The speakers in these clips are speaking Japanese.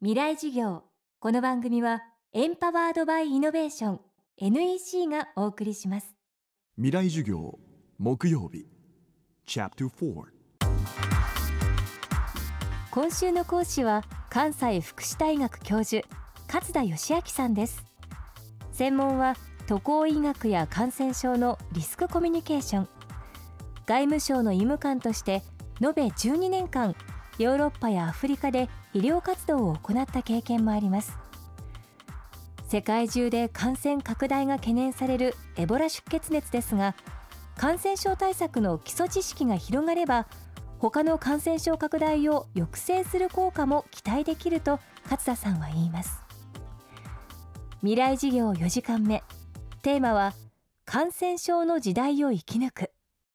未来授業。この番組はエンパワードバイイノベーション NEC がお送りします。 未来授業木曜日チャプター4。 今週の講師は関西福祉大学教授勝田義明さんです。専門は渡航医学や感染症のリスクコミュニケーション、外務省の医務官として延べ12年間ヨーロッパやアフリカで医療活動を行った経験もあります。世界中で感染拡大が懸念されるエボラ出血熱ですが、感染症対策の基礎知識が広がれば他の感染症拡大を抑制する効果も期待できると勝田さんは言います。未来授業4時間目、テーマは感染症の時代を生き抜く。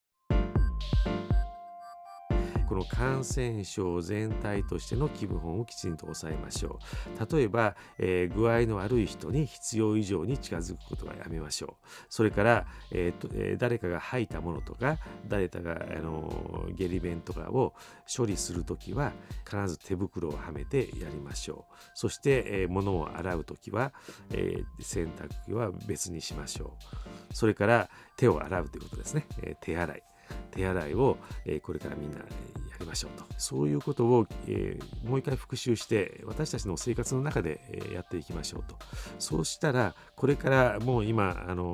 この感染症全体としての基本をきちんと抑えましょう。例えば、具合の悪い人に必要以上に近づくことはやめましょう。それから、誰かが吐いたものとか誰かが下痢便とかを処理するときは必ず手袋をはめてやりましょう。そして、物を洗うときは、洗濯機は別にしましょう。それから手を洗うということですね。手洗いを、これからみんなやりましょうと、そういうことを、もう一回復習して私たちの生活の中で、やっていきましょうと。そうしたらこれからもう今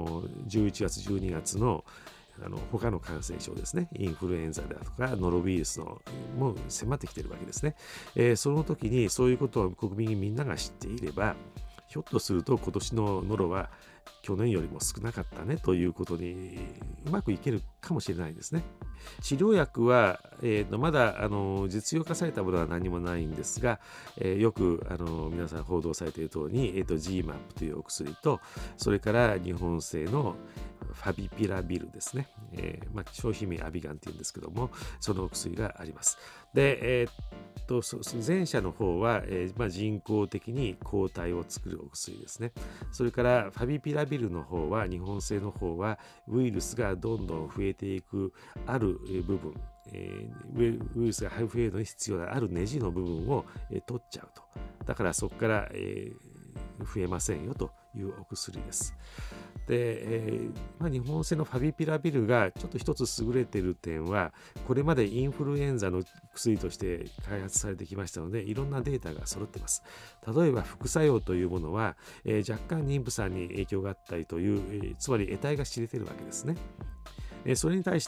11月12月の他の感染症ですね、インフルエンザだとかノロウイルスのもう迫ってきているわけですね。その時にそういうことを国民みんなが知っていれば、ひょっとすると今年のノロは去年よりも少なかったねということにうまくいけるかもしれないですね。治療薬は、まだ実用化されたものは何もないんですが、よく皆さん報道されている通りに、GMAP というお薬と、それから日本製のファビピラビルですね、商品名アビガンっていうんですけども、そのお薬があります。で、前者の方は、人工的に抗体を作るお薬ですね。それからファビピラビルの方は、日本製の方はウイルスがどんどん増えていくある部分、ウイルスが増えるのに必要なあるネジの部分を、取っちゃうと。だからそこから、増えませんよというお薬です。で、日本製のファビピラビルがちょっと一つ優れている点は、これまでインフルエンザの薬として開発されてきましたので、いろんなデータが揃っています。例えば副作用というものは、若干妊婦さんに影響があったりという、つまり得体が知れているわけですね。それに対して、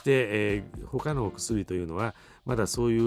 他のお薬というのはまだそういう、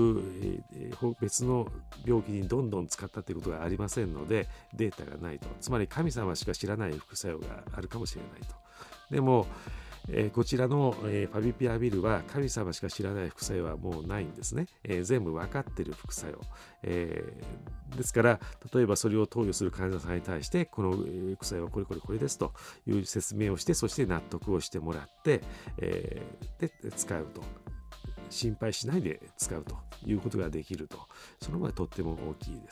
別の病気にどんどん使ったということがありませんので、データがないと。つまり神様しか知らない副作用があるかもしれないと。でも、こちらの、ファビピラビルは神様しか知らない副作用はもうないんですね。全部分かっている副作用、ですから例えばそれを投与する患者さんに対して、この副作用はこれですという説明をして、そして納得をしてもらって、で使うと、心配しないで使うということができると、その場合とっても大きいです。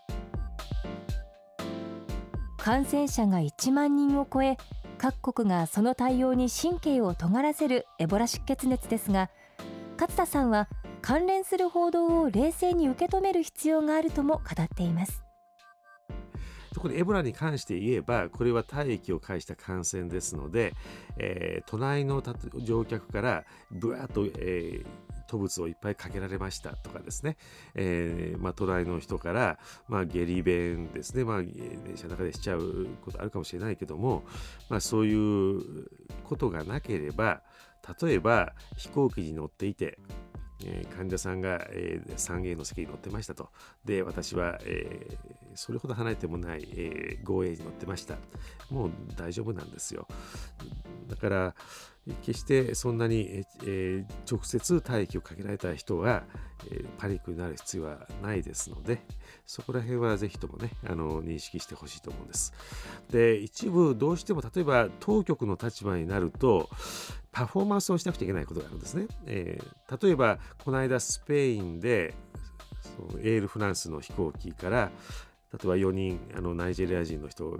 感染者が1万人を超え、各国がその対応に神経を尖らせるエボラ出血熱ですが、勝田さんは関連する報道を冷静に受け止める必要があるとも語っています。 特にエボラに関して言えば、これは体液を介した感染ですので、隣の乗客からブワーッと、吐物をいっぱいかけられましたとかですね、隣の人から、下痢便ですね、電車の中でしちゃうことあるかもしれないけども、そういうことがなければ、例えば飛行機に乗っていて、患者さんが、3A の席に乗ってましたと。で、私は、それほど離れてもない、5A に乗ってました。もう大丈夫なんですよ。だから決してそんなに、直接体液をかけられた人は、パニックになる必要はないですので、そこら辺はぜひともね、認識してほしいと思うんです。で、一部どうしても例えば当局の立場になるとパフォーマンスをしなくちゃいけないことがあるんですね。例えばこの間スペインでエールフランスの飛行機から、例えば4人ナイジェリア人の人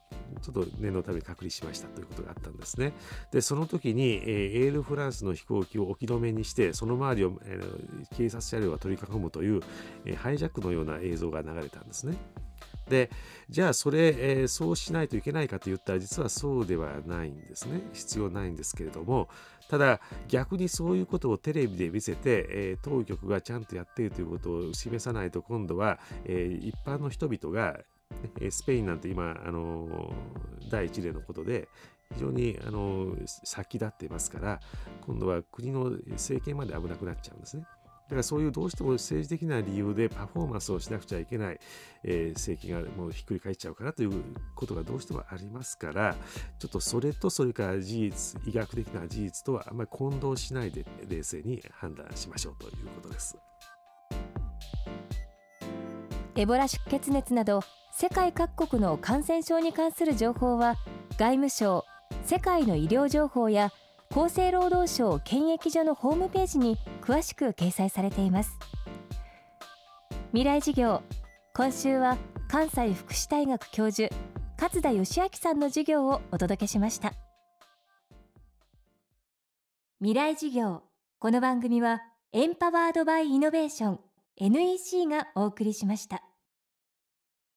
ちょっと念のために隔離しましたということがあったんですね。でその時に、エールフランスの飛行機を置き止めにしてその周りを、警察車両が取り囲むという、ハイジャックのような映像が流れたんですね。でじゃあそうしないといけないかといったら実はそうではないんですね。必要ないんですけれども、ただ逆にそういうことをテレビで見せて、当局がちゃんとやっているということを示さないと今度は、一般の人々がスペインなんて今第一例のことで非常に先立っていますから、今度は国の政権まで危なくなっちゃうんですね。だからそういうどうしても政治的な理由でパフォーマンスをしなくちゃいけない、政権がもうひっくり返っちゃうからということがどうしてもありますから、ちょっとそれとそれから事実、医学的な事実とはあんまり混同しないで冷静に判断しましょうということです。 エボラ出血熱など世界各国の感染症に関する情報は外務省世界の医療情報や厚生労働省検疫所のホームページに詳しく掲載されています。未来授業、今週は関西福祉大学教授勝田義明さんの授業をお届けしました。未来授業、この番組はエンパワードバイイノベーション NEC がお送りしました。